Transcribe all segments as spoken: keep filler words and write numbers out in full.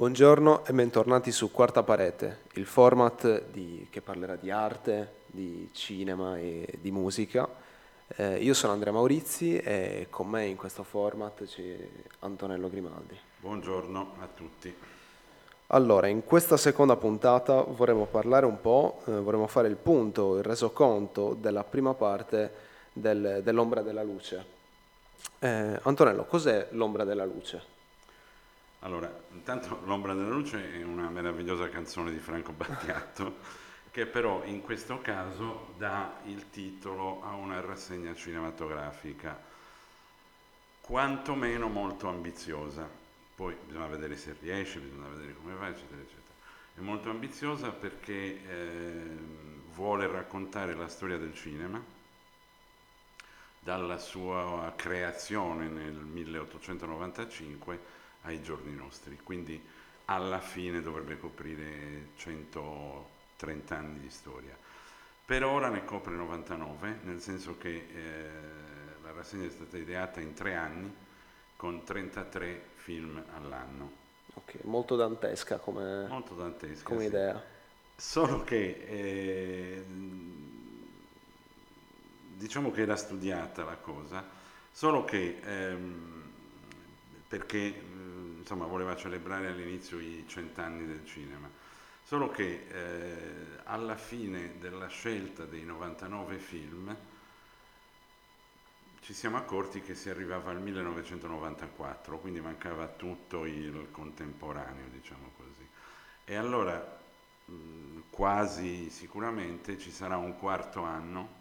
Buongiorno e bentornati su Quarta Parete, il format di- che parlerà di arte, di cinema e di musica. Eh, io sono Andrea Maurizi e con me in questo format c'è Antonello Grimaldi. Buongiorno a tutti. Allora, in questa seconda puntata vorremmo parlare un po', eh, vorremmo fare il punto, il resoconto della prima parte del- dell'Ombra della Luce. Eh, Antonello, cos'è l'Ombra della Luce? Allora, intanto L'ombra della luce è una meravigliosa canzone di Franco Battiato che però in questo caso dà il titolo a una rassegna cinematografica quantomeno molto ambiziosa. Poi bisogna vedere se riesce, bisogna vedere come va, eccetera, eccetera. È molto ambiziosa perché eh, vuole raccontare la storia del cinema dalla sua creazione nel milleottocentonovantacinque ai giorni nostri, quindi alla fine dovrebbe coprire centotrenta anni di storia. Per ora ne copre novantanove, nel senso che eh, la rassegna è stata ideata in tre anni con trentatré film all'anno. Ok, molto dantesca come, Molto dantesca, come sì. idea. Solo che eh, diciamo che era studiata la cosa, solo che ehm, perché eh, insomma voleva celebrare all'inizio i cent'anni del cinema, solo che eh, alla fine della scelta dei novantanove film ci siamo accorti che si arrivava al millenovecentonovantaquattro, quindi mancava tutto il contemporaneo, diciamo così. E allora mh, quasi sicuramente ci sarà un quarto anno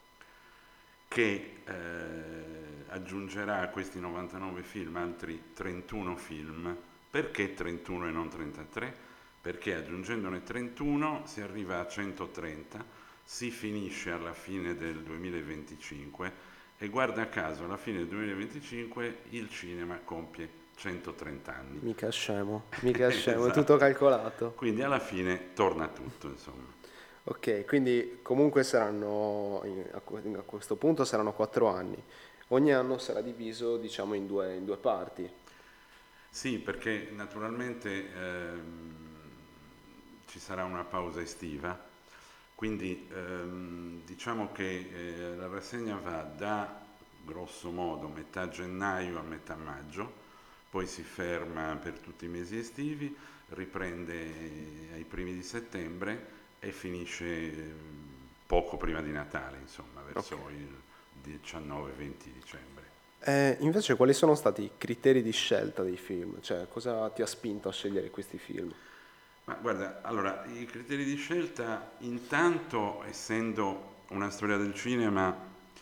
che eh, aggiungerà a questi novantanove film altri trentuno film. Perché trentuno e non trentatré? Perché aggiungendone trentuno si arriva a centotrenta, si finisce alla fine del duemilaventicinque e guarda caso alla fine del duemilaventicinque il cinema compie centotrenta anni. Mica scemo, mica scemo, è tutto Esatto. calcolato. Quindi alla fine torna tutto, insomma. Ok, quindi comunque saranno, in- a que- a questo punto saranno quattro anni. Ogni anno sarà diviso, diciamo, in due, in due parti. Sì, perché naturalmente ehm, ci sarà una pausa estiva, quindi ehm, diciamo che eh, la rassegna va da grosso modo metà gennaio a metà maggio, poi si ferma per tutti i mesi estivi, riprende ai primi di settembre e finisce eh, poco prima di Natale, insomma, Ok. verso il diciannove venti dicembre. E invece quali sono stati i criteri di scelta dei film? Cioè, cosa ti ha spinto a scegliere questi film? Ma guarda, allora, i criteri di scelta, intanto, essendo una storia del cinema,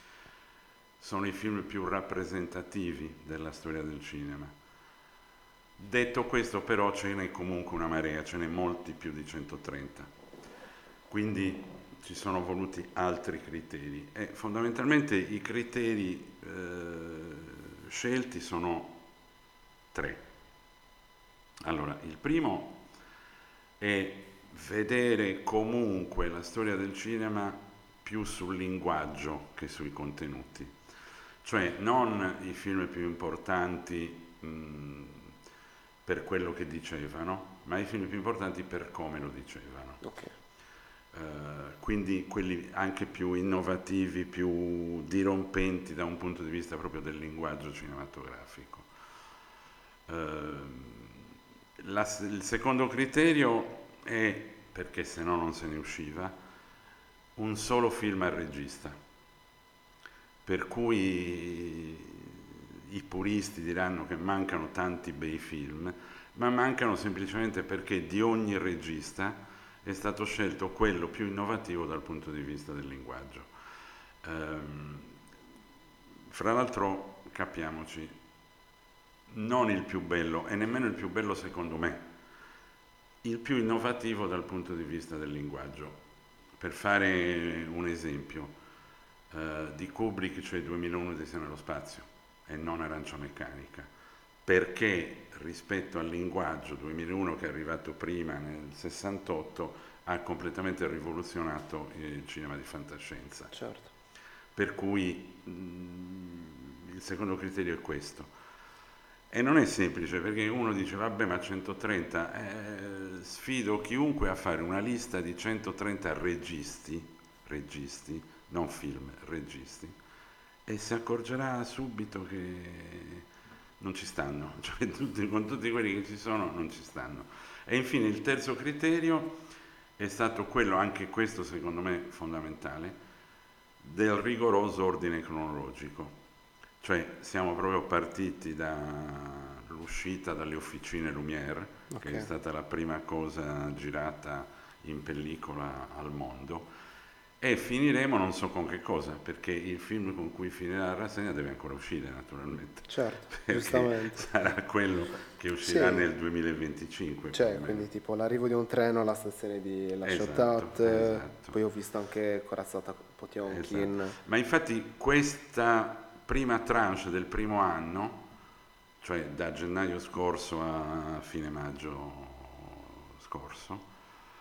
sono i film più rappresentativi della storia del cinema. Detto questo, però, ce n'è comunque una marea, ce n'è molti più di centotrenta. Quindi ci sono voluti altri criteri e fondamentalmente i criteri eh, scelti sono tre. Allora, il primo è vedere comunque la storia del cinema più sul linguaggio che sui contenuti, cioè non i film più importanti mh, per quello che dicevano, ma i film più importanti per come lo dicevano. Ok. Eh, quindi quelli anche più innovativi, più dirompenti da un punto di vista proprio del linguaggio cinematografico. Eh, la- il secondo criterio è, perché se no non se ne usciva, un solo film al regista, per cui i puristi diranno che mancano tanti bei film, ma mancano semplicemente perché di ogni regista è stato scelto quello più innovativo dal punto di vista del linguaggio. Ehm, fra l'altro, capiamoci, non il più bello e nemmeno il più bello secondo me, il più innovativo dal punto di vista del linguaggio. Per fare un esempio, eh, di Kubrick c'è duemilauno Odissea nello spazio e non Arancia Meccanica, perché rispetto al linguaggio duemilauno che è arrivato prima nel sessantotto ha completamente rivoluzionato il cinema di fantascienza. Certo. Per cui mh, il secondo criterio è questo. E non è semplice perché uno dice vabbè ma centotrenta, eh, sfido chiunque a fare una lista di centotrenta registi, registi, non film, registi, e si accorgerà subito che non ci stanno, cioè tutti, con tutti quelli che ci sono non ci stanno. E infine il terzo criterio è stato quello, anche questo secondo me fondamentale, del rigoroso ordine cronologico. Cioè siamo proprio partiti dall'uscita dalle officine Lumière, che è Ok. stata la prima cosa girata in pellicola al mondo, e finiremo non so con che cosa, perché il film con cui finirà la rassegna deve ancora uscire naturalmente, Certo, perché giustamente. sarà quello che uscirà Sì, nel duemilaventicinque più o cioè, meno. quindi tipo l'arrivo di un treno alla stazione di La Esatto, Ciotat, esatto. poi ho visto anche Corazzata Esatto. Potionkin. Ma infatti questa prima tranche del primo anno, cioè da gennaio scorso a fine maggio scorso,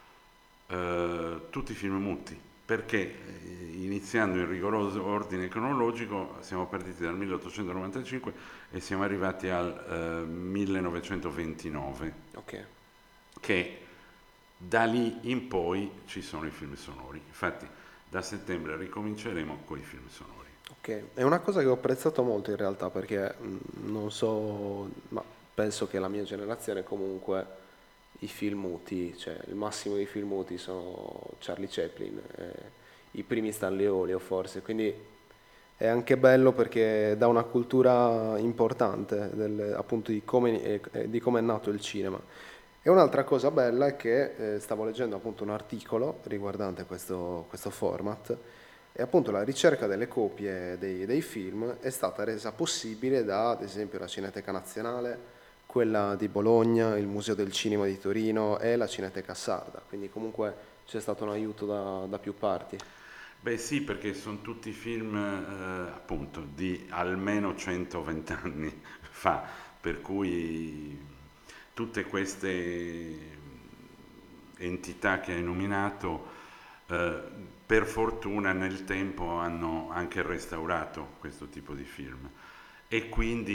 eh, tutti film muti, perché eh, iniziando in rigoroso ordine cronologico siamo partiti dal milleottocentonovantacinque e siamo arrivati al eh, millenovecentoventinove, Ok, che da lì in poi ci sono i film sonori. Infatti da settembre ricominceremo con i film sonori. ok. È una cosa che ho apprezzato molto in realtà perché mh, non so, ma penso che la mia generazione comunque i film muti, cioè il massimo dei film muti sono Charlie Chaplin, eh, i primi Stanley Olio forse, quindi è anche bello perché dà una cultura importante del- appunto di come, eh, eh, di come è nato il cinema. E un'altra cosa bella è che eh, stavo leggendo appunto un articolo riguardante questo, questo format e appunto la ricerca delle copie dei, dei film è stata resa possibile da, ad esempio, la Cineteca Nazionale, quella di Bologna, il Museo del Cinema di Torino e la Cineteca Sarda, quindi comunque c'è stato un aiuto da, da più parti. Beh sì, perché sono tutti film eh, appunto di almeno centoventi anni fa, per cui tutte queste entità che hai nominato eh, per fortuna nel tempo hanno anche restaurato questo tipo di film e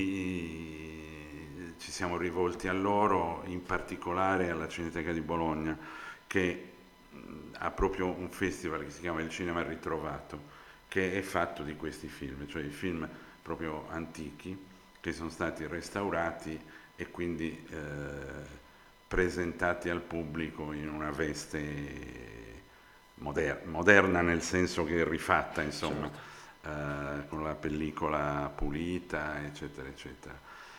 quindi ci siamo rivolti a loro, in particolare alla Cineteca di Bologna, che mh, ha proprio un festival che si chiama Il Cinema Ritrovato, che è fatto di questi film, cioè i film proprio antichi che sono stati restaurati e quindi eh, presentati al pubblico in una veste moder- moderna nel senso che rifatta, insomma, Certo. eh, con la pellicola pulita, eccetera, eccetera.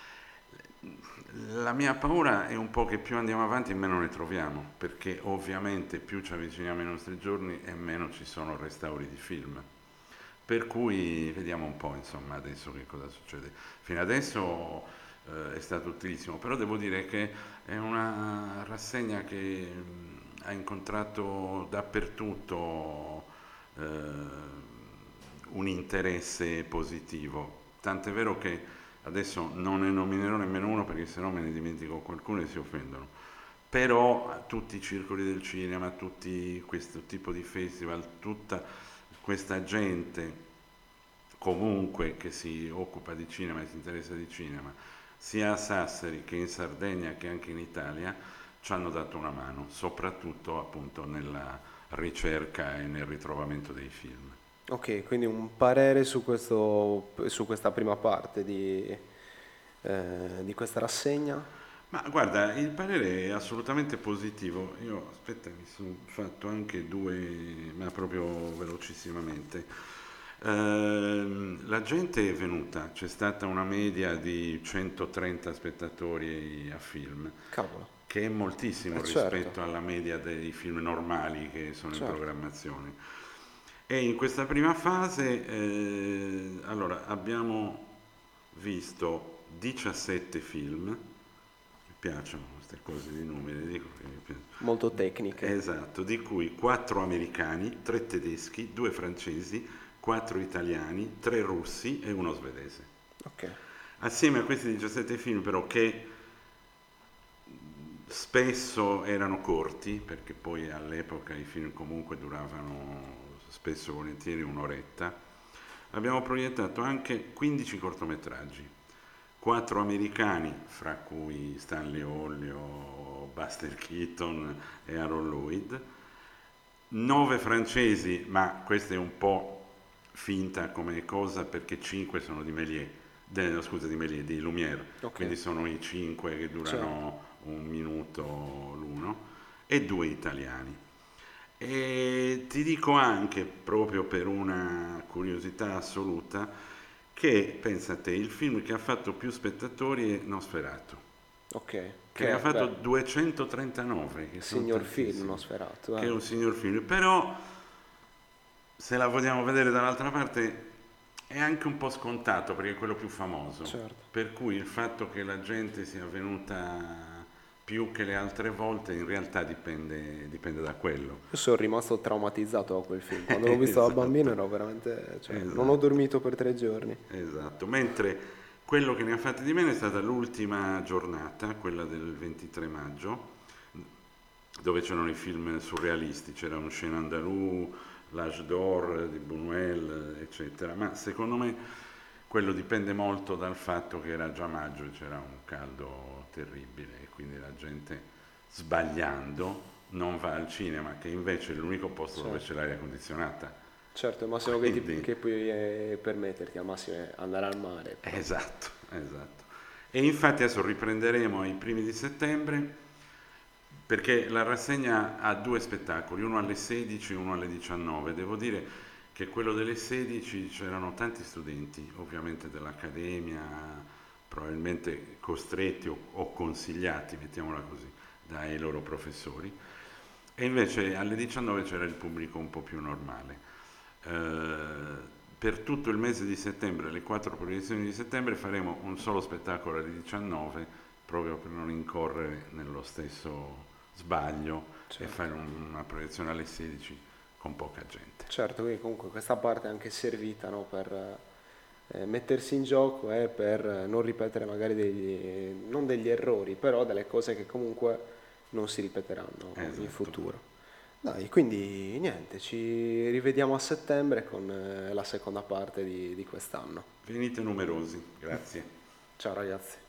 La mia paura è un po' che più andiamo avanti meno ne troviamo, perché ovviamente più ci avviciniamo ai nostri giorni e meno ci sono restauri di film. Per cui vediamo un po' insomma adesso che cosa succede. Fino adesso eh, è stato utilissimo, però devo dire che è una rassegna che mh, ha incontrato dappertutto eh, un interesse positivo. Tant'è vero che adesso non ne nominerò nemmeno uno perché sennò me ne dimentico qualcuno e si offendono. Però tutti i circoli del cinema, tutti questo tipo di festival, tutta questa gente comunque che si occupa di cinema e si interessa di cinema, sia a Sassari che in Sardegna che anche in Italia, ci hanno dato una mano, soprattutto appunto nella ricerca e nel ritrovamento dei film. Ok, quindi un parere su questo, su questa prima parte di, eh, di questa rassegna? Ma guarda, il parere è assolutamente positivo. Io, aspetta, mi sono fatto anche due, ma proprio velocissimamente. Ehm, la gente è venuta, c'è stata una media di centotrenta spettatori a film, Cavolo, che è moltissimo eh certo, rispetto alla media dei film normali che sono in certo, programmazione. E in questa prima fase, eh, allora, abbiamo visto diciassette film, mi piacciono queste cose di numeri, dico che mi piacciono. molto tecniche. Esatto, di cui quattro americani, tre tedeschi, due francesi, quattro italiani, tre russi e uno svedese. Ok, Assieme a questi diciassette film però che spesso erano corti, perché poi all'epoca i film comunque duravano spesso e volentieri un'oretta, abbiamo proiettato anche quindici cortometraggi. quattro americani, fra cui Stanley Ollio, Buster Keaton e Aaron Lloyd, nove francesi, ma questa è un po' finta come cosa perché cinque sono di Méliès, de, no, scusa, di Méliès, di Lumière, Ok, quindi sono i cinque che certo. durano un minuto l'uno, e due italiani. E ti dico anche, proprio per una curiosità assoluta, che, pensa a te, il film che ha fatto più spettatori è Nosferatu, Ok, che ne ha che fatto beh, duecentotrentanove, che sono signor film, tantissimi, Nosferatu, che eh. è un signor film, però se la vogliamo vedere dall'altra parte è anche un po' scontato perché è quello più famoso, Certo. per cui il fatto che la gente sia venuta più che le altre volte in realtà dipende, dipende da quello. Io sono rimasto traumatizzato da quel film. Quando l'ho visto da bambino Esatto, ero veramente, cioè, non ho esatto. dormito per tre giorni. Esatto, mentre quello che ne ha fatti di meno è stata l'ultima giornata, quella del ventitré maggio, dove c'erano i film surrealisti, c'era un Chien Andalou, L'Âge d'Or di Buñuel, eccetera, ma secondo me quello dipende molto dal fatto che era già maggio e c'era un caldo terribile e quindi la gente sbagliando non va al cinema, che invece è l'unico posto dove c'è Certo. l'aria condizionata. Certo, il massimo che, ti- Quindi che puoi eh, permetterti al massimo è andare al mare, però. esatto, esatto. E infatti adesso riprenderemo ai primi di settembre perché la rassegna ha due spettacoli, uno alle sedici e uno alle diciannove. Devo dire che quello delle sedici c'erano tanti studenti, ovviamente dell'Accademia, probabilmente costretti o, o consigliati, mettiamola così, dai loro professori, e invece alle diciannove c'era il pubblico un po' più normale. Eh, per tutto il mese di settembre, le quattro proiezioni di settembre, faremo un solo spettacolo alle diciannove, proprio per non incorrere nello stesso sbaglio e Certo. fare un- una proiezione alle sedici con poca gente. Certo, quindi comunque questa parte è anche servita, no, per eh, mettersi in gioco e per non ripetere magari degli, non degli errori, però delle cose che comunque non si ripeteranno in Esatto. futuro. Dai, quindi niente, ci rivediamo a settembre con eh, la seconda parte di di quest'anno. Venite numerosi, grazie. Ciao ragazzi.